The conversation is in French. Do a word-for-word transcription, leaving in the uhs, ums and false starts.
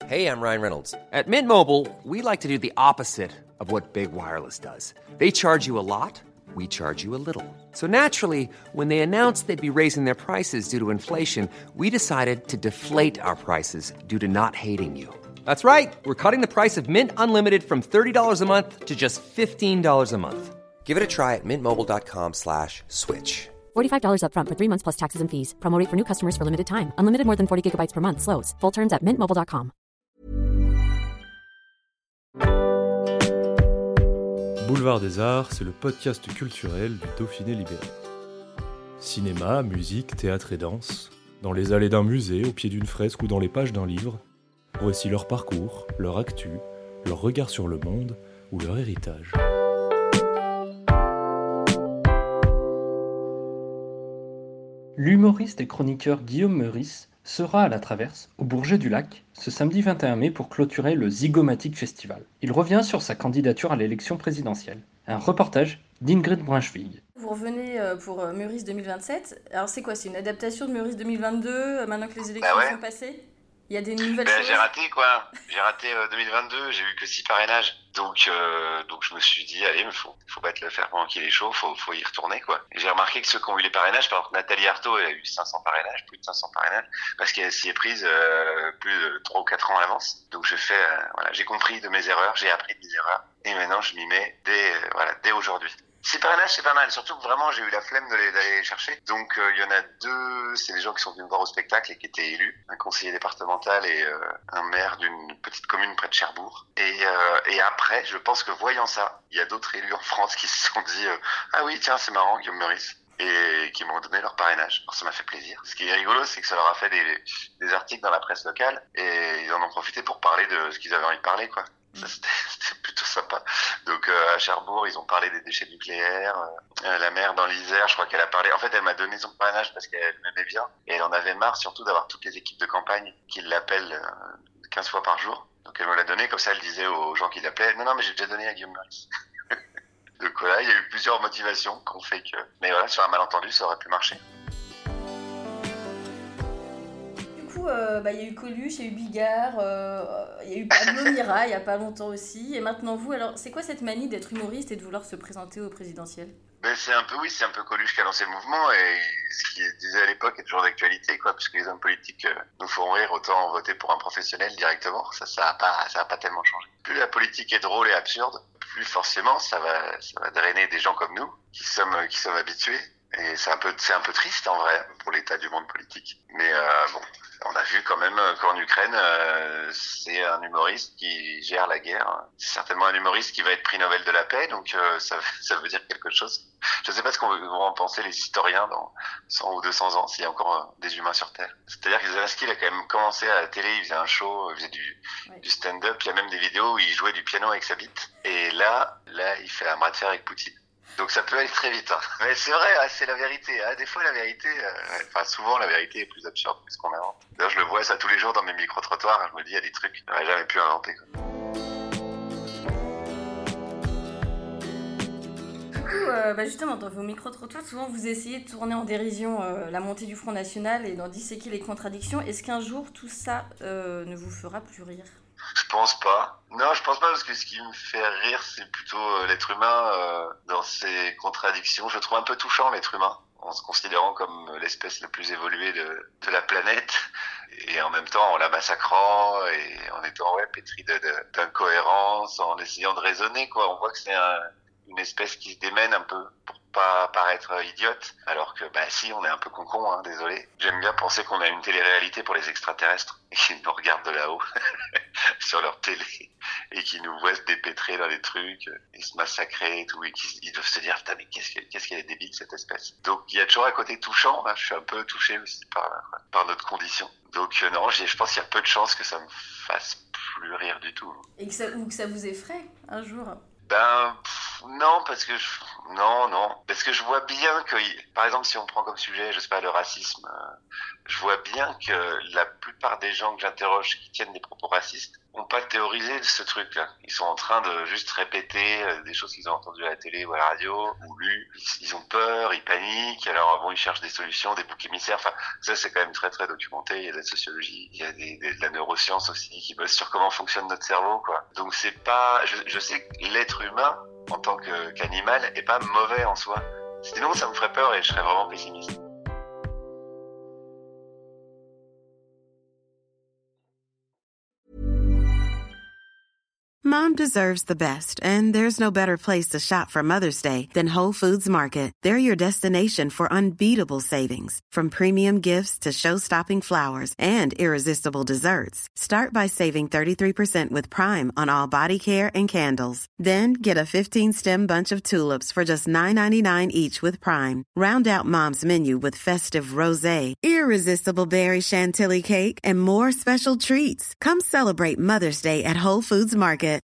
Hey, I'm Ryan Reynolds. At Mint Mobile, we like to do the opposite of what Big Wireless does. They charge you a lot, we charge you a little. So naturally, when they announced they'd be raising their prices due to inflation, we decided to deflate our prices due to not hating you. That's right. We're cutting the price of Mint Unlimited from thirty dollars a month to just fifteen dollars a month. Give it a try at mintmobile.com slash switch. forty-five dollars up front for three months plus taxes and fees. Promo rate for new customers for limited time. Unlimited more than forty gigabytes per month. Slows full terms at mint mobile dot com. Boulevard des Arts, c'est le podcast culturel du Dauphiné libéré. Cinéma, musique, théâtre et danse, dans les allées d'un musée, au pied d'une fresque ou dans les pages d'un livre, voici leur parcours, leur actu, leur regard sur le monde ou leur héritage. L'humoriste et chroniqueur Guillaume Meurice sera à la Traverse, au Bourget du Lac, ce samedi vingt et un mai pour clôturer le Zygomatic Festival. Il revient sur sa candidature à l'élection présidentielle. Un reportage d'Ingrid Bruinschwig. Vous revenez pour Meurice deux mille vingt-sept. Alors c'est quoi, c'est une adaptation de Meurice deux mille vingt-deux, maintenant que les élections bah ouais. sont passées? Il y a des nouvelles ben, choses. J'ai raté quoi, j'ai raté euh, deux mille vingt-deux, j'ai eu que six parrainages. Donc euh, donc je me suis dit allez, il faut faut battre le fer pendant qu'il est chaud, faut faut y retourner quoi. Et j'ai remarqué que ceux qui ont eu les parrainages, par exemple Nathalie Arthaud, elle a eu cinq cents parrainages, plus de cinq cents parrainages, parce qu'elle s'y est prise euh, plus de trois ou quatre ans à l'avance. Donc je fais euh, voilà, j'ai compris de mes erreurs, j'ai appris de mes erreurs, et maintenant je m'y mets dès euh, voilà dès aujourd'hui. Six parrainages, c'est pas mal. Surtout que vraiment, j'ai eu la flemme de les, d'aller les chercher. Donc, il euh, y en a deux. C'est des gens qui sont venus me voir au spectacle et qui étaient élus. Un conseiller départemental et euh, un maire d'une petite commune près de Cherbourg. Et, euh, et après, je pense que voyant ça, il y a d'autres élus en France qui se sont dit euh, « Ah oui, tiens, c'est marrant, Guillaume Meurice ». Et qui m'ont donné leur parrainage. Alors, ça m'a fait plaisir. Ce qui est rigolo, c'est que ça leur a fait des, des articles dans la presse locale et ils en ont profité pour parler de ce qu'ils avaient envie de parler, quoi. Ça, c'était, c'était plutôt sympa. Donc euh, à Cherbourg, ils ont parlé des déchets nucléaires. Euh, la mère dans l'Isère, je crois qu'elle a parlé. En fait, elle m'a donné son parrainage parce qu'elle m'aimait bien. Et elle en avait marre surtout d'avoir toutes les équipes de campagne qui l'appellent euh, quinze fois par jour. Donc elle me l'a donné, comme ça elle disait aux gens qui l'appelaient « Non, non, mais j'ai déjà donné à Guillaume Meurice ». Donc voilà, il y a eu plusieurs motivations qui ont fait que... Mais voilà, sur un malentendu, ça aurait pu marcher. Euh, bah, y a eu Coluche, il y a eu Bigard, il euh, y a eu Pablo Mira il y a pas longtemps aussi, et maintenant vous. Alors, c'est quoi cette manie d'être humoriste et de vouloir se présenter au présidentiel? Ben c'est un peu oui, c'est un peu Coluche qui a lancé le mouvement, et ce qu'il disait à l'époque est toujours d'actualité, quoi, parce que les hommes politiques euh, nous font rire, autant voter pour un professionnel directement. Ça, ça a pas, ça a pas tellement changé. Plus la politique est drôle et absurde, plus forcément ça va, ça va drainer des gens comme nous qui sommes, qui sommes habitués. Et c'est un peu, c'est un peu triste en vrai pour l'état du monde politique. Mais euh, bon. On a vu quand même qu'en Ukraine, euh, c'est un humoriste qui gère la guerre. C'est certainement un humoriste qui va être prix Nobel de la paix, donc euh, ça, ça veut dire quelque chose. Je ne sais pas ce qu'on vont en penser les historiens dans cent ou deux cents ans, s'il y a encore euh, des humains sur Terre. C'est-à-dire que Zelensky, il a quand même commencé à la télé, il faisait un show, il faisait du, ouais. du stand-up, il y a même des vidéos où il jouait du piano avec sa bite. Et là, là, il fait un bras de fer avec Poutine. Donc ça peut aller très vite, hein. Mais c'est vrai, hein, c'est la vérité. Hein. Des fois, la vérité, euh, enfin souvent, la vérité est plus absurde que ce qu'on invente. D'ailleurs, je le vois ça tous les jours dans mes micro-trottoirs. Je me dis, il y a des trucs que j'aurais jamais pu inventer, quoi. Du coup, euh, bah justement, dans vos micro-trottoirs, souvent vous essayez de tourner en dérision euh, la montée du Front National et d'en disséquer les contradictions. Est-ce qu'un jour, tout ça euh, ne vous fera plus rire ? Je pense pas. Non, je pense pas, parce que ce qui me fait rire, c'est plutôt euh, l'être humain euh, dans ses contradictions. Je trouve un peu touchant l'être humain, en se considérant comme l'espèce la plus évoluée de, de la planète, et en même temps en la massacrant et en étant ouais pétri de, de, d'incohérence, en essayant de raisonner, quoi. On voit que c'est un, une espèce qui se démène un peu pour pas paraître idiote, alors que bah si, on est un peu con-con, hein, désolé. J'aime bien penser qu'on a une télé-réalité pour les extraterrestres et qu'ils nous regardent de là-haut sur leur télé et qu'ils nous voient se dépêtrer dans des trucs et se massacrer et tout, et qu'ils doivent se dire putain mais qu'est-ce qu'elle, qu'est-ce qu'elle est débile cette espèce. Donc il y a toujours un côté touchant, là. Je suis un peu touché aussi par, par notre condition. Donc euh, non, j'ai, je pense qu'il y a peu de chances que ça me fasse plus rire du tout. Et que ça, ou que ça vous effraie un jour. Ben pff, Non, parce que je... non, non, parce que je vois bien que, par exemple, si on prend comme sujet, je sais pas, le racisme, euh, je vois bien que la plupart des gens que j'interroge qui tiennent des propos racistes n'ont pas théorisé ce truc-là. Ils sont en train de juste répéter euh, des choses qu'ils ont entendues à la télé ou à la radio ou lues. Ils, ils ont peur, ils paniquent. Alors bon, ils cherchent des solutions, des boucs émissaires. Enfin, ça c'est quand même très très documenté. Il y a de la sociologie, il y a des, des, de la neuroscience aussi qui bosse sur comment fonctionne notre cerveau, quoi. Donc c'est pas, je, je sais que l'être humain en tant que, qu'animal est pas mauvais en soi. Sinon ça me ferait peur et je serais vraiment pessimiste. Mom deserves the best, and there's no better place to shop for Mother's Day than Whole Foods Market. They're your destination for unbeatable savings, from premium gifts to show-stopping flowers and irresistible desserts. Start by saving thirty-three percent with Prime on all body care and candles. Then get a fifteen-stem bunch of tulips for just nine ninety-nine each with Prime. Round out Mom's menu with festive rosé, irresistible berry chantilly cake, and more special treats. Come celebrate Mother's Day at Whole Foods Market.